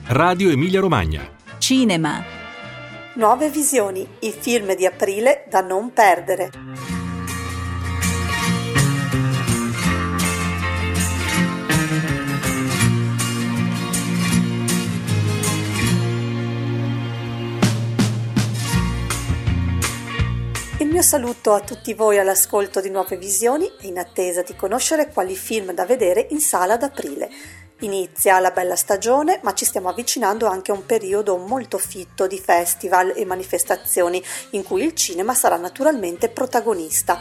Radio Emilia Romagna. Cinema. Nuove visioni, i film di aprile da non perdere. Il mio saluto a tutti voi all'ascolto di Nuove Visioni e in attesa di conoscere quali film da vedere in sala ad aprile. Inizia la bella stagione, ma ci stiamo avvicinando anche a un periodo molto fitto di festival e manifestazioni in cui il cinema sarà naturalmente protagonista.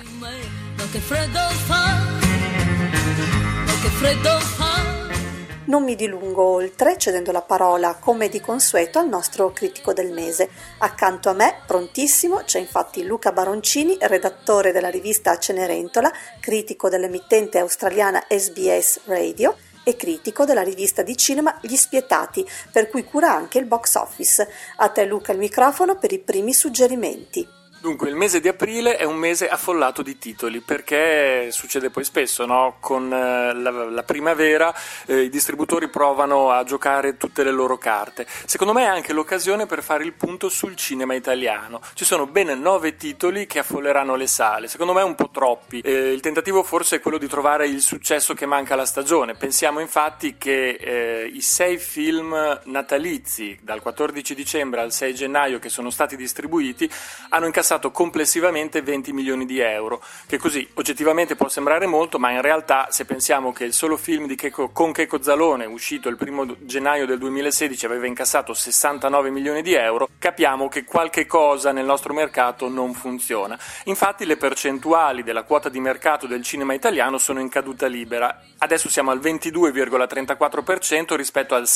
Non mi dilungo oltre, cedendo la parola come di consueto al nostro critico del mese. Accanto a me, prontissimo, c'è infatti Luca Baroncini, redattore della rivista Cenerentola, critico dell'emittente australiana SBS Radio e critico della rivista di cinema Gli Spietati, per cui cura anche il box office. A te Luca il microfono per i primi suggerimenti. Dunque, il mese di aprile è un mese affollato di titoli, perché succede poi spesso, no? Con la primavera i distributori provano a giocare tutte le loro carte. Secondo me è anche l'occasione per fare il punto sul cinema italiano. Ci sono ben 9 titoli che affolleranno le sale, secondo me un po' troppi. Il tentativo forse è quello di trovare il successo che manca alla stagione. Pensiamo infatti che i 6 film natalizi dal 14 dicembre al 6 gennaio che sono stati distribuiti hanno incassato complessivamente 20 milioni di euro, che così oggettivamente può sembrare molto, ma in realtà se pensiamo che il solo film con Checco Zalone, uscito il 1 gennaio del 2016, aveva incassato 69 milioni di euro, capiamo che qualche cosa nel nostro mercato non funziona. Infatti le percentuali della quota di mercato del cinema italiano sono in caduta libera. Adesso siamo al 22,34% rispetto al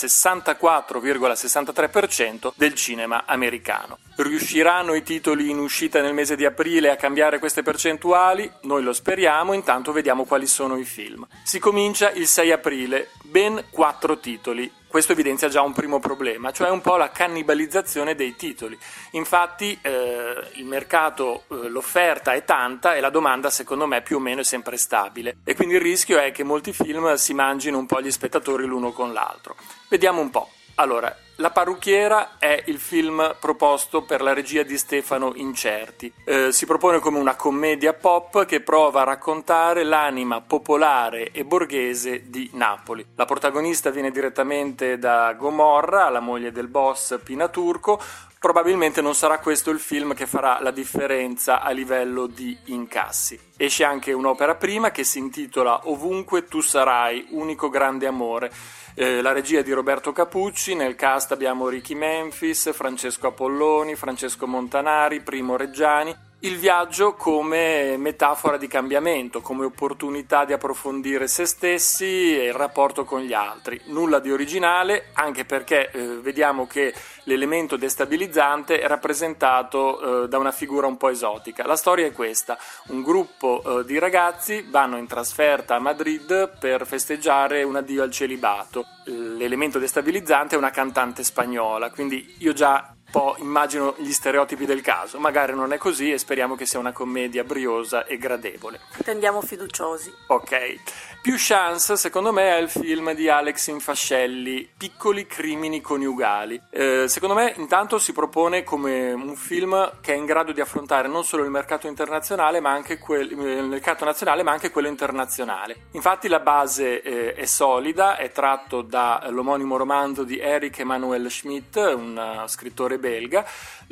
64,63% del cinema americano. Riusciranno i titoli in uscita nel mese di aprile a cambiare queste percentuali? Noi lo speriamo, intanto vediamo quali sono i film. Si comincia il 6 aprile, ben 4 titoli. Questo evidenzia già un primo problema, cioè un po' la cannibalizzazione dei titoli. Infatti il mercato, l'offerta è tanta e la domanda secondo me più o meno è sempre stabile, e quindi il rischio è che molti film si mangino un po' gli spettatori l'uno con l'altro. Vediamo un po'. Allora, La parrucchiera è il film proposto per la regia di Stefano Incerti. Si propone come una commedia pop che prova a raccontare l'anima popolare e borghese di Napoli. La protagonista viene direttamente da Gomorra, la moglie del boss Pina Turco. Probabilmente non sarà questo il film che farà la differenza a livello di incassi. Esce anche un'opera prima che si intitola Ovunque tu sarai, unico grande amore. La regia di Roberto Capucci, nel cast abbiamo Ricky Memphis, Francesco Apolloni, Francesco Montanari, Primo Reggiani. Il viaggio come metafora di cambiamento, come opportunità di approfondire se stessi e il rapporto con gli altri. Nulla di originale, anche perché vediamo che l'elemento destabilizzante è rappresentato da una figura un po' esotica. La storia è questa: un gruppo di ragazzi vanno in trasferta a Madrid per festeggiare un addio al celibato. L'elemento destabilizzante è una cantante spagnola, quindi io già immagino gli stereotipi del caso. Magari non è così e speriamo che sia una commedia briosa e gradevole. Andiamo fiduciosi. Ok. Più chance, secondo me, è il film di Alex Infascelli, Piccoli crimini coniugali. Secondo me, intanto, si propone come un film che è in grado di affrontare non solo il mercato internazionale, ma anche il mercato nazionale, ma anche quello internazionale. Infatti, la base è solida, è tratto dall'omonimo romanzo di Eric Emanuel Schmidt, un scrittore belga.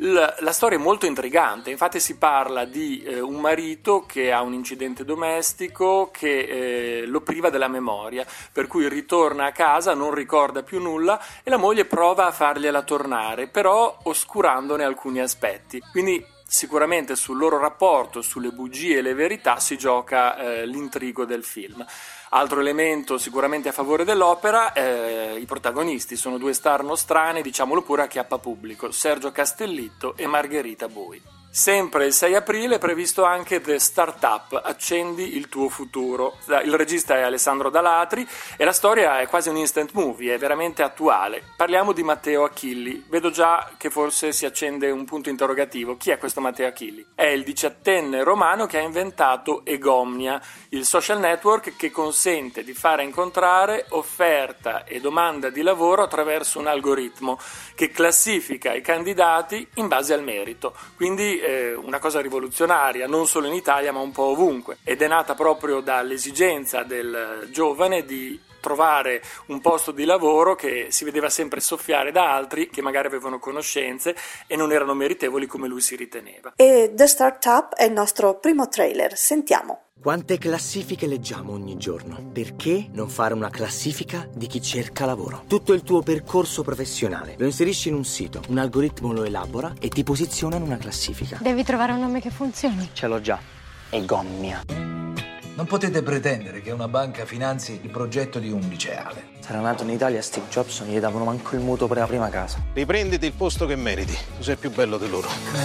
La storia è molto intrigante, infatti si parla di un marito che ha un incidente domestico che lo priva della memoria, per cui ritorna a casa, non ricorda più nulla e la moglie prova a fargliela tornare, però oscurandone alcuni aspetti. Quindi sicuramente sul loro rapporto, sulle bugie e le verità si gioca l'intrigo del film. Altro elemento sicuramente a favore dell'opera, i protagonisti sono 2 star nostrane, diciamolo pure a chiappa pubblico, Sergio Castellitto e Margherita Bui. Sempre il 6 aprile è previsto anche The Startup, accendi il tuo futuro. Il regista è Alessandro Dalatri e la storia è quasi un instant movie, è veramente attuale. Parliamo di Matteo Achilli. Vedo già che forse si accende un punto interrogativo. Chi è questo Matteo Achilli? È il 17enne romano che ha inventato Egomnia, il social network che consente di fare incontrare offerta e domanda di lavoro attraverso un algoritmo che classifica i candidati in base al merito. Quindi una cosa rivoluzionaria, non solo in Italia ma un po' ovunque, ed è nata proprio dall'esigenza del giovane di trovare un posto di lavoro che si vedeva sempre soffiare da altri che magari avevano conoscenze e non erano meritevoli come lui si riteneva. E The Startup è il nostro primo trailer, sentiamo. Quante classifiche leggiamo ogni giorno? Perché non fare una classifica di chi cerca lavoro? Tutto il tuo percorso professionale lo inserisci in un sito, un algoritmo lo elabora e ti posiziona in una classifica. Devi trovare un nome che funzioni. Ce l'ho già. Egomnia. Non potete pretendere che una banca finanzi il progetto di un liceale. Sarà nato in Italia Steve Jobs, non gli davano manco il mutuo per la prima casa. Riprenditi il posto che meriti, tu sei più bello di loro.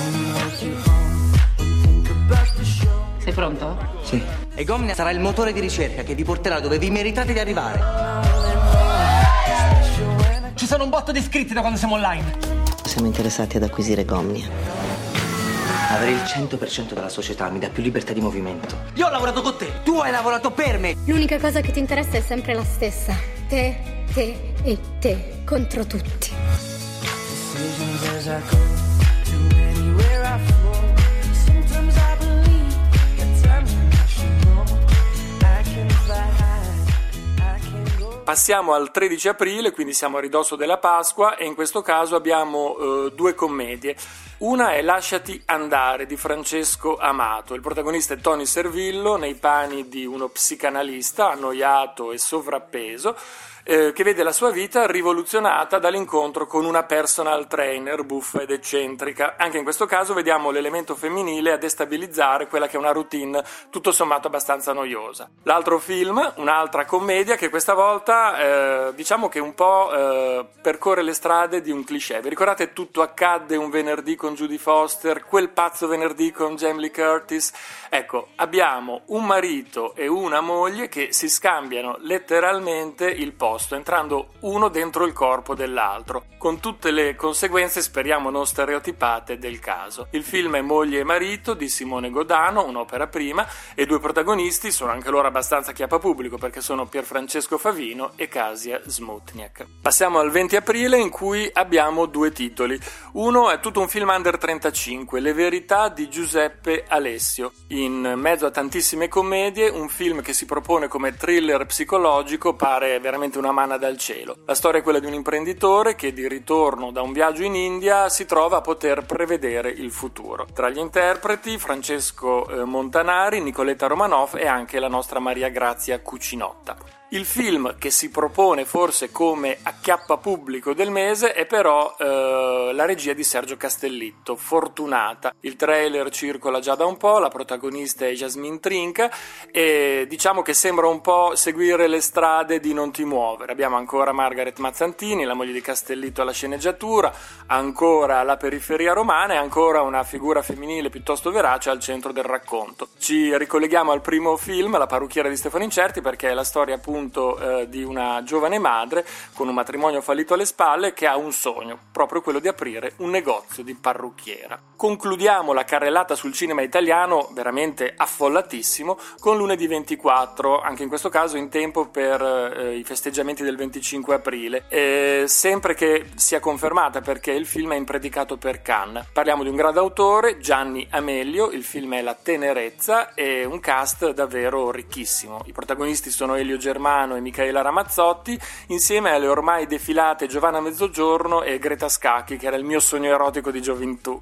Sei pronto? Sì. Egomnia sarà il motore di ricerca che vi porterà dove vi meritate di arrivare. Ci sono un botto di iscritti da quando siamo online. Siamo interessati ad acquisire Egomnia. Avere il 100% della società mi dà più libertà di movimento. Io ho lavorato con te, tu hai lavorato per me. L'unica cosa che ti interessa è sempre la stessa. Te e te contro tutti. Passiamo al 13 aprile, quindi siamo a ridosso della Pasqua e in questo caso abbiamo due commedie. Una è Lasciati andare di Francesco Amato. Il protagonista è Tony Servillo nei panni di uno psicanalista annoiato e sovrappeso che vede la sua vita rivoluzionata dall'incontro con una personal trainer buffa ed eccentrica. Anche in questo caso vediamo l'elemento femminile a destabilizzare quella che è una routine tutto sommato abbastanza noiosa. L'altro film, un'altra commedia che questa volta diciamo che un po' percorre le strade di un cliché. Vi ricordate Tutto accadde un venerdì con Judy Foster, quel pazzo venerdì con Jamie Lee Curtis? Ecco, abbiamo un marito e una moglie che si scambiano letteralmente il posto, entrando uno dentro il corpo dell'altro, con tutte le conseguenze, speriamo non stereotipate, del caso. Il film è Moglie e marito di Simone Godano, un'opera prima, e i due protagonisti sono anche loro abbastanza chiappapubblico perché sono Pierfrancesco Favino e Kasia Smutniak. Passiamo al 20 aprile in cui abbiamo due titoli. Uno è tutto un film under 35, Le verità di Giuseppe Alessio. In mezzo a tantissime commedie, un film che si propone come thriller psicologico pare veramente una manna dal cielo. La storia è quella di un imprenditore che di ritorno da un viaggio in India si trova a poter prevedere il futuro. Tra gli interpreti Francesco Montanari, Nicoletta Romanoff e anche la nostra Maria Grazia Cucinotta. Il film che si propone forse come acchiappapubblico del mese è però la regia di Sergio Castellitto, Fortunata. Il trailer circola già da un po', la protagonista è Jasmine Trinca e diciamo che sembra un po' seguire le strade di Non ti muovere. Abbiamo ancora Margaret Mazzantini, la moglie di Castellitto alla sceneggiatura, ancora la periferia romana e ancora una figura femminile piuttosto verace al centro del racconto. Ci ricolleghiamo al primo film, La parrucchiera di Stefano Incerti, perché è la storia appunto di una giovane madre con un matrimonio fallito alle spalle che ha un sogno, proprio quello di aprire un negozio di parrucchiera. Concludiamo la carrellata sul cinema italiano, veramente affollatissimo, con Lunedì 24, anche in questo caso in tempo per i festeggiamenti del 25 aprile, sempre che sia confermata perché il film è impredicato per Cannes. Parliamo di un grande autore, Gianni Amelio, il film è La tenerezza e un cast davvero ricchissimo. I protagonisti sono Elio Germano e Michaela Ramazzotti, insieme alle ormai defilate Giovanna Mezzogiorno e Greta Scacchi, che era il mio sogno erotico di gioventù.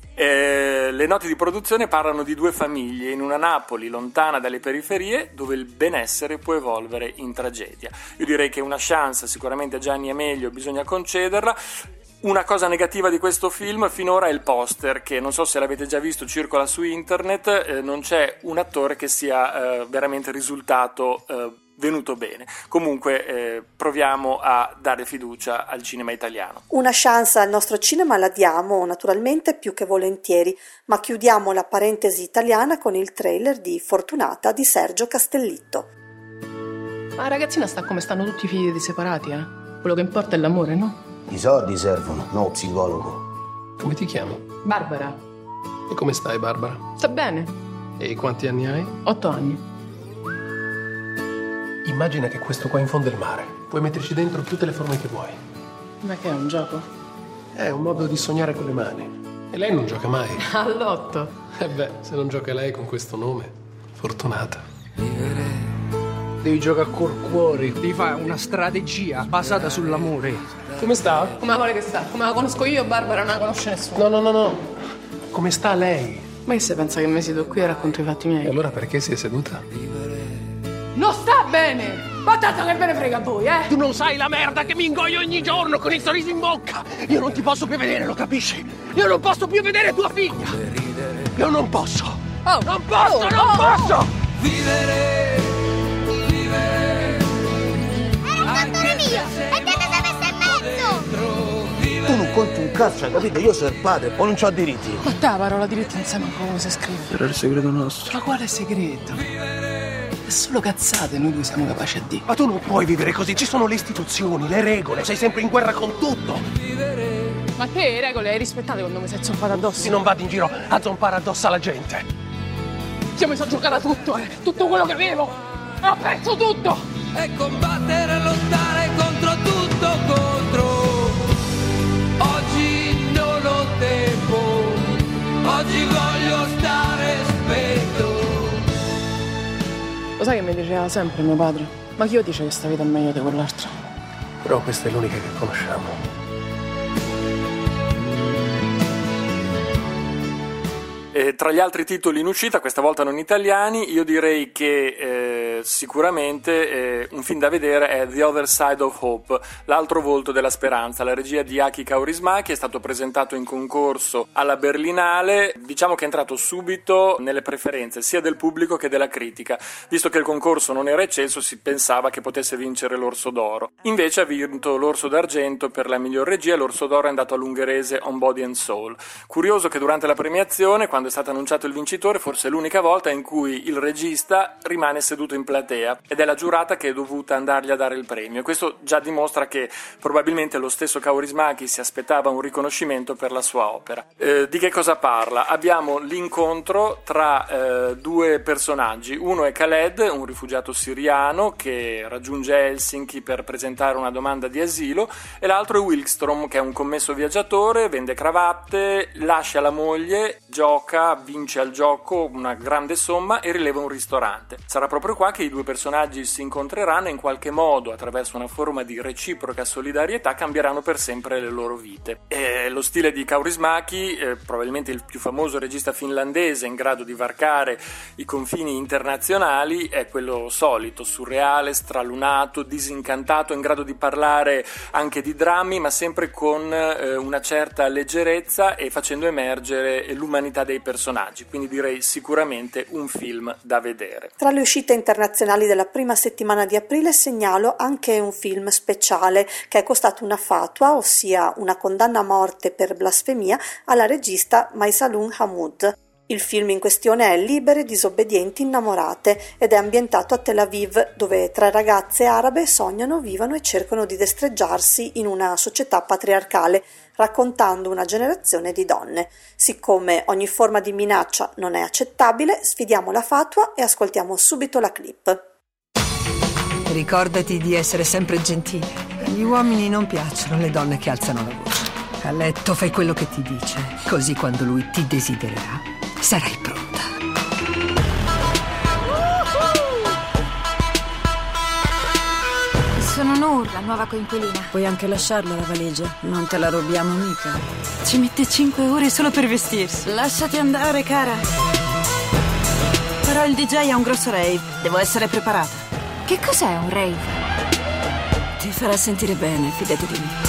Le note di produzione parlano di due famiglie in una Napoli lontana dalle periferie, dove il benessere può evolvere in tragedia. Io direi che una chance sicuramente a Gianni Amelio bisogna concederla. Una cosa negativa di questo film finora è il poster, che non so se l'avete già visto, circola su internet, non c'è un attore che sia veramente risultato venuto bene. Comunque proviamo a dare fiducia al cinema italiano. Una chance al nostro cinema la diamo naturalmente più che volentieri, ma chiudiamo la parentesi italiana con il trailer di Fortunata di Sergio Castellitto. Ma la ragazzina sta come stanno tutti i figli dei separati, eh? Quello che importa è l'amore, no? I soldi servono, no psicologo. Come ti chiami? Barbara. E come stai, Barbara? Sta bene. E quanti anni hai? 8 anni. Immagina che questo qua infonde il mare. Puoi metterci dentro tutte le forme che vuoi. Ma che è un gioco? È un modo di sognare con le mani. E lei non gioca mai. All'8. Se non gioca lei con questo nome, Fortunata. Devi giocare col cuore. Devi fare una strategia basata sull'amore. Come sta? Come la vuole che sta? Come la conosco io, Barbara non la conosce nessuno. No. Come sta lei? Ma che se pensa che mi siedo qui e racconto i fatti miei? E allora perché si è seduta? Non sta bene! Ma tanto che ve ne frega a voi, eh? Tu non sai la merda che mi ingoio ogni giorno con il sorriso in bocca. Io non ti posso più vedere, lo capisci? Io non posso più vedere tua figlia. Io non posso. Non posso! Vivere. Era un dottore mio! E te ne sei messo in mezzo! Tu non conti un cazzo, hai capito? Io sono il padre, o non c'ho diritti. Ma te la parola diritti non sai manco come si scrive. Era il segreto nostro. Ma quale segreto? È solo cazzate noi due siamo capaci a dire. Ma tu non puoi vivere così, ci sono le istituzioni, le regole, sei sempre in guerra con tutto. Ma te le regole hai rispettate quando mi sei zompato addosso? Se non vado in giro a zompare addosso alla gente. Ci ho messo a giocare a tutto, tutto quello che avevo. E ho perso tutto. E combattere e lottare contro tutto, contro. Oggi non ho tempo, oggi voglio stare spento. Lo sai che mi diceva sempre mio padre? Ma chi io dice che sta vita è meglio di quell'altra? Però questa è l'unica che conosciamo. Tra gli altri titoli in uscita, questa volta non italiani, io direi che sicuramente un film da vedere è The Other Side of Hope, l'altro volto della speranza. La regia di Aki Kaurismäki, è stato presentato in concorso alla Berlinale, diciamo che è entrato subito nelle preferenze sia del pubblico che della critica. Visto che il concorso non era eccelso, si pensava che potesse vincere l'Orso d'Oro. Invece ha vinto l'Orso d'Argento per la miglior regia, l'Orso d'Oro è andato all'ungherese On Body and Soul. Curioso che durante la premiazione, quando è stato annunciato il vincitore, forse è l'unica volta in cui il regista rimane seduto in platea ed è la giurata che è dovuta andargli a dare il premio. Questo già dimostra che probabilmente lo stesso Kaurismäki si aspettava un riconoscimento per la sua opera. Di che cosa parla? Abbiamo l'incontro tra due personaggi. Uno è Khaled, un rifugiato siriano che raggiunge Helsinki per presentare una domanda di asilo, e l'altro è Wilkstrom, che è un commesso viaggiatore, vende cravatte, lascia la moglie, gioca, vince al gioco una grande somma e rileva un ristorante. Sarà proprio qua che i due personaggi si incontreranno e in qualche modo, attraverso una forma di reciproca solidarietà, cambieranno per sempre le loro vite. Lo stile di Kaurismäki, probabilmente il più famoso regista finlandese in grado di varcare i confini internazionali, è quello solito, surreale, stralunato, disincantato, in grado di parlare anche di drammi, ma sempre con una certa leggerezza e facendo emergere l'umanità dei personaggi. Quindi direi sicuramente un film da vedere. Tra le uscite internazionali della prima settimana di aprile segnalo anche un film speciale che è costato una fatua, ossia una condanna a morte per blasfemia, alla regista Maysalun Hamoud. Il film in questione è Libere e disobbedienti innamorate ed è ambientato a Tel Aviv, dove tre ragazze arabe sognano, vivono e cercano di destreggiarsi in una società patriarcale, raccontando una generazione di donne. Siccome ogni forma di minaccia non è accettabile, sfidiamo la fatua e ascoltiamo subito la clip. Ricordati di essere sempre gentile. Agli uomini non piacciono le donne che alzano la voce. A letto fai quello che ti dice, così quando lui ti desidererà sarai pronta. Sono Noor, la nuova coinquilina. Puoi anche lasciarla la valigia, non te la rubiamo mica. Ci mette 5 ore solo per vestirsi. Lasciati andare, cara. Però il DJ ha un grosso rave, devo essere preparata. Che cos'è un rave? Ti farà sentire bene, fidati di me.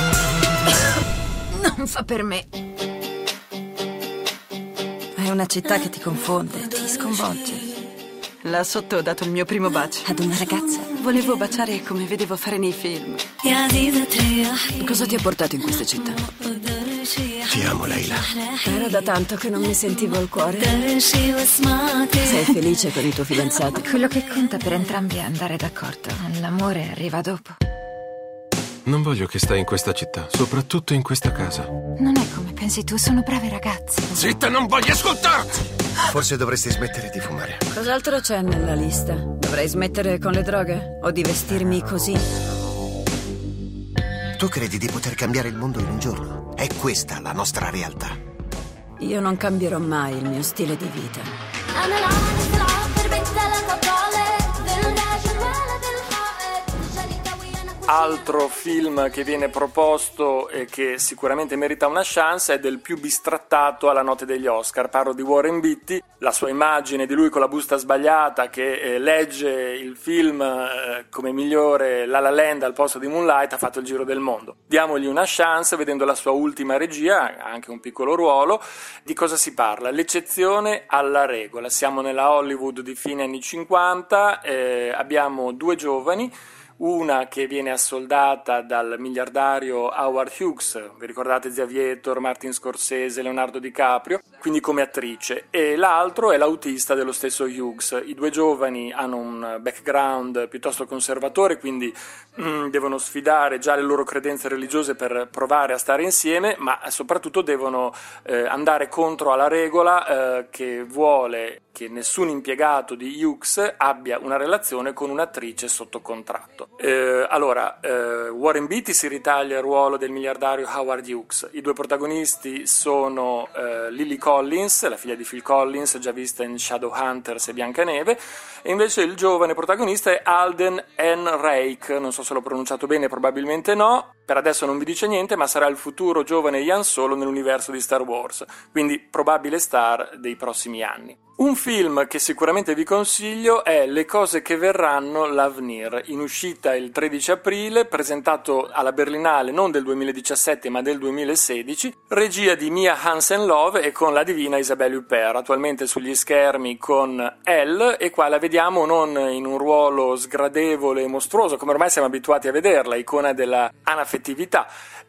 Non fa per me. È una città che ti confonde, ti sconvolge. Là sotto ho dato il mio primo bacio. Ad una ragazza? Volevo baciare come vedevo fare nei film. Cosa ti ha portato in questa città? Ti amo, Leila. Era da tanto che non mi sentivo al cuore. Sei felice con il tuo fidanzato? Quello che conta per entrambi è andare d'accordo. L'amore arriva dopo. Non voglio che stai in questa città, soprattutto in questa casa. Non è come pensi tu, sono brave ragazze. Zitta, non voglio ascoltarti! Forse dovresti smettere di fumare. Cos'altro c'è nella lista? Dovrei smettere con le droghe? O di vestirmi così? Tu credi di poter cambiare il mondo in un giorno? È questa la nostra realtà. Io non cambierò mai il mio stile di vita. Altro film che viene proposto e che sicuramente merita una chance è del più bistrattato alla notte degli Oscar. Parlo di Warren Beatty, la sua immagine di lui con la busta sbagliata che legge il film come migliore La La Land al posto di Moonlight ha fatto il giro del mondo. Diamogli una chance vedendo la sua ultima regia, anche un piccolo ruolo. Di cosa si parla? L'eccezione alla regola. Siamo nella Hollywood di fine anni 50, abbiamo due giovani, una che viene assoldata dal miliardario Howard Hughes, vi ricordate The Aviator, Martin Scorsese, Leonardo DiCaprio, quindi come attrice, e l'altro è l'autista dello stesso Hughes. I due giovani hanno un background piuttosto conservatore, quindi devono sfidare già le loro credenze religiose per provare a stare insieme, ma soprattutto devono andare contro alla regola che vuole che nessun impiegato di Hughes abbia una relazione con un'attrice sotto contratto. Warren Beatty si ritaglia il ruolo del miliardario Howard Hughes. I due protagonisti sono Lily Collins, la figlia di Phil Collins, già vista in Shadowhunters e Biancaneve, e invece il giovane protagonista è Alden Ehrenreich, non so se l'ho pronunciato bene, probabilmente no, per adesso non vi dice niente, ma sarà il futuro giovane Han Solo nell'universo di Star Wars, quindi probabile star dei prossimi anni. Un film che sicuramente vi consiglio è Le cose che verranno, l'Avenir, in uscita il 13 aprile, presentato alla Berlinale non del 2017 ma del 2016, regia di Mia Hansen-Løve e con la divina Isabelle Huppert, attualmente sugli schermi con Elle, e qua la vediamo non in un ruolo sgradevole e mostruoso come ormai siamo abituati a vederla, icona della anaffettività.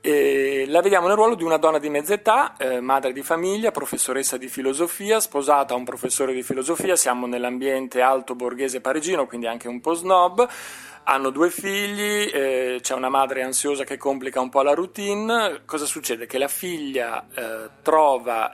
La vediamo nel ruolo di una donna di mezza età, madre di famiglia, professoressa di filosofia, sposata a un professore di filosofia. Siamo nell'ambiente alto borghese parigino, quindi anche un po' snob. Hanno due figli, c'è una madre ansiosa che complica un po' la routine. Cosa succede? Che la figlia trova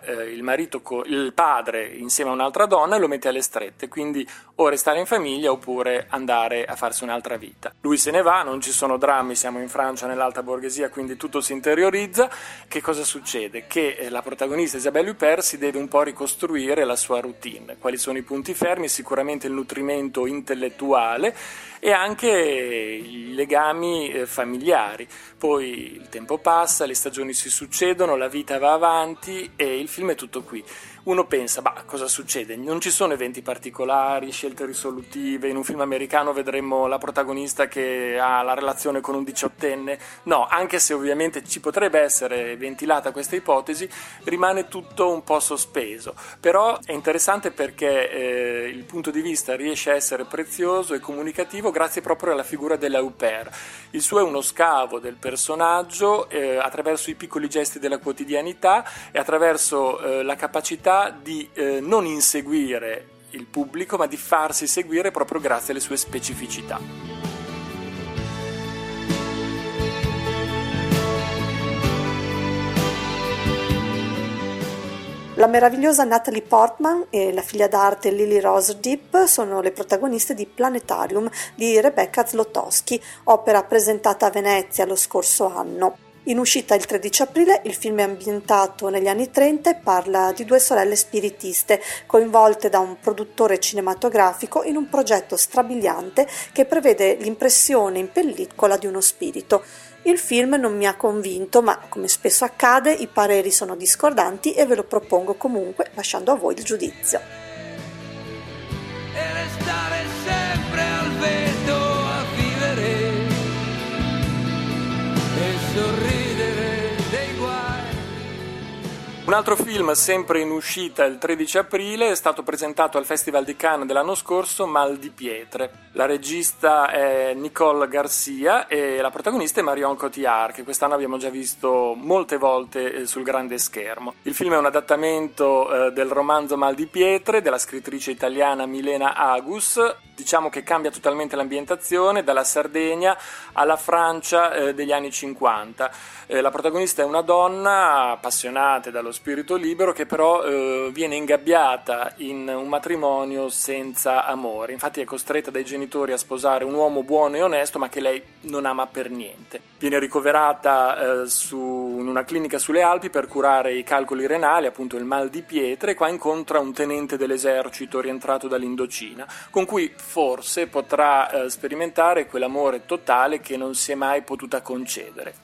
il padre insieme a un'altra donna e lo mette alle strette, quindi o restare in famiglia oppure andare a farsi un'altra vita. Lui se ne va, non ci sono drammi, siamo in Francia nell'alta borghesia, quindi tutto si interiorizza. Che cosa succede? Che la protagonista Isabelle Huppert si deve un po' ricostruire la sua routine. Quali sono i punti fermi? Sicuramente il nutrimento intellettuale e anche i legami familiari. Poi il tempo passa, le stagioni si succedono, la vita va avanti e il film è tutto qui. Uno pensa, cosa succede? Non ci sono eventi particolari, scelte risolutive. In un film americano vedremmo la protagonista che ha la relazione con un 18enne. No, anche se ovviamente ci potrebbe essere ventilata questa ipotesi, rimane tutto un po' sospeso. Però è interessante perché il punto di vista riesce a essere prezioso e comunicativo grazie proprio alla figura della Huppert. Il suo è uno scavo del personaggio attraverso i piccoli gesti della quotidianità e attraverso la capacità di non inseguire il pubblico, ma di farsi seguire proprio grazie alle sue specificità. La meravigliosa Natalie Portman e la figlia d'arte Lily Rose Depp sono le protagoniste di Planetarium di Rebecca Zlotowski, opera presentata a Venezia lo scorso anno. In uscita il 13 aprile, il film è ambientato negli anni 30 e parla di due sorelle spiritiste coinvolte da un produttore cinematografico in un progetto strabiliante che prevede l'impressione in pellicola di uno spirito. Il film non mi ha convinto, ma come spesso accade i pareri sono discordanti e ve lo propongo comunque, lasciando a voi il giudizio. E restare sempre al vento a vivere e sorridere dei guai. Un altro film sempre in uscita il 13 aprile è stato presentato al Festival di Cannes dell'anno scorso, Mal di Pietre. La regista è Nicole Garcia e la protagonista è Marion Cotillard, che quest'anno abbiamo già visto molte volte sul grande schermo. Il film è un adattamento del romanzo Mal di Pietre della scrittrice italiana Milena Agus. Diciamo che cambia totalmente l'ambientazione, dalla Sardegna alla Francia degli anni 50. La protagonista è una donna appassionata dallo spirito libero che però viene ingabbiata in un matrimonio senza amore. Infatti è costretta dai genitori a sposare un uomo buono e onesto, ma che lei non ama per niente. Viene ricoverata in una clinica sulle Alpi per curare i calcoli renali, appunto il mal di pietre, e qua incontra un tenente dell'esercito rientrato dall'Indocina, con cui forse potrà sperimentare quell'amore totale che non si è mai potuta concedere.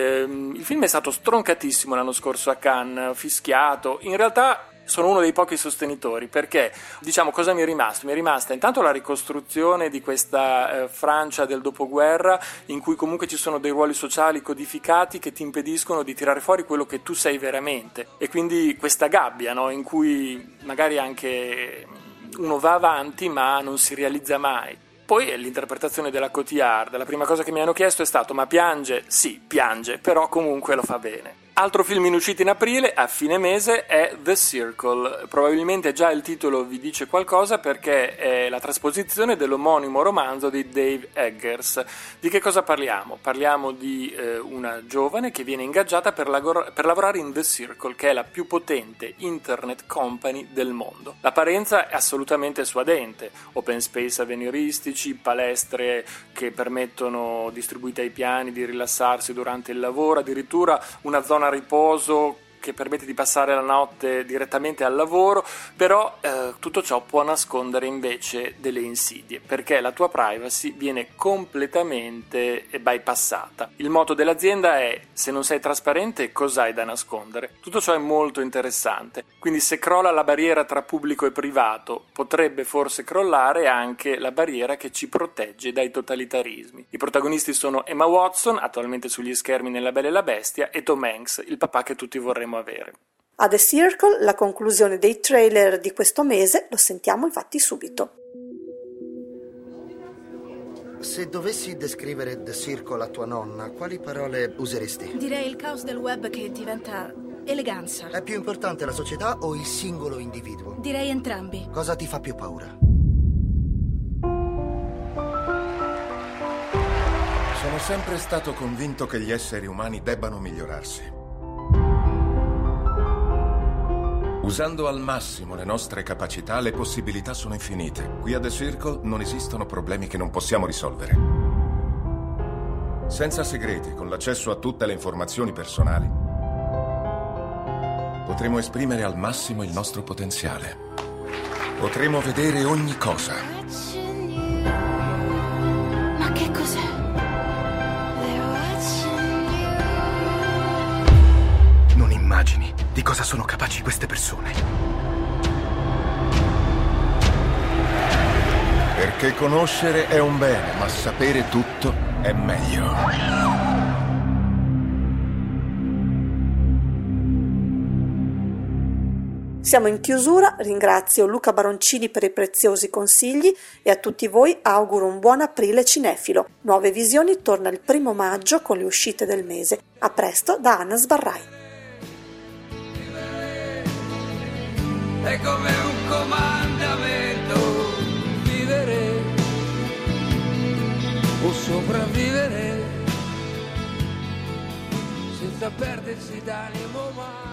Il film è stato stroncatissimo l'anno scorso a Cannes, fischiato. In realtà sono uno dei pochi sostenitori, perché diciamo cosa mi è rimasto? Mi è rimasta intanto la ricostruzione di questa Francia del dopoguerra, in cui comunque ci sono dei ruoli sociali codificati che ti impediscono di tirare fuori quello che tu sei veramente, e quindi questa gabbia, no? In cui magari anche uno va avanti ma non si realizza mai. Poi l'interpretazione della Cotillard. La prima cosa che mi hanno chiesto è stato: ma piange? Sì, piange, però comunque lo fa bene. Altro film in uscita in aprile, a fine mese, è The Circle. Probabilmente già il titolo vi dice qualcosa, perché è la trasposizione dell'omonimo romanzo di Dave Eggers. Di che cosa parliamo? Parliamo di una giovane che viene ingaggiata per lavorare in The Circle, che è la più potente internet company del mondo. L'apparenza è assolutamente suadente: open space avveniristici, palestre che permettono, distribuite ai piani, di rilassarsi durante il lavoro, addirittura una zona a riposo che permette di passare la notte direttamente al lavoro. Però tutto ciò può nascondere invece delle insidie, perché la tua privacy viene completamente bypassata. Il motto dell'azienda è: se non sei trasparente, cos'hai da nascondere? Tutto ciò è molto interessante. Quindi se crolla la barriera tra pubblico e privato, potrebbe forse crollare anche la barriera che ci protegge dai totalitarismi. I protagonisti sono Emma Watson, attualmente sugli schermi nella Bella e la Bestia, e Tom Hanks, il papà che tutti vorremmo avere. A The Circle, la conclusione dei trailer di questo mese, lo sentiamo infatti subito. Se dovessi descrivere The Circle a tua nonna, quali parole useresti? Direi il caos del web che diventa eleganza. È più importante la società o il singolo individuo? Direi entrambi. Cosa ti fa più paura? Sono sempre stato convinto che gli esseri umani debbano migliorarsi. Usando al massimo le nostre capacità, le possibilità sono infinite. Qui a The Circle non esistono problemi che non possiamo risolvere. Senza segreti, con l'accesso a tutte le informazioni personali, potremo esprimere al massimo il nostro potenziale. Potremo vedere ogni cosa. Ma che cos'è? Non immagini di cosa sono capaci queste persone. Perché conoscere è un bene, ma sapere tutto è meglio. Siamo in chiusura, ringrazio Luca Baroncini per i preziosi consigli e a tutti voi auguro un buon aprile cinefilo. Nuove Visioni torna il 1 maggio con le uscite del mese. A presto da Anna Sbarrai. È come un comandamento, vivere o sopravvivere senza perdersi d'animo mai.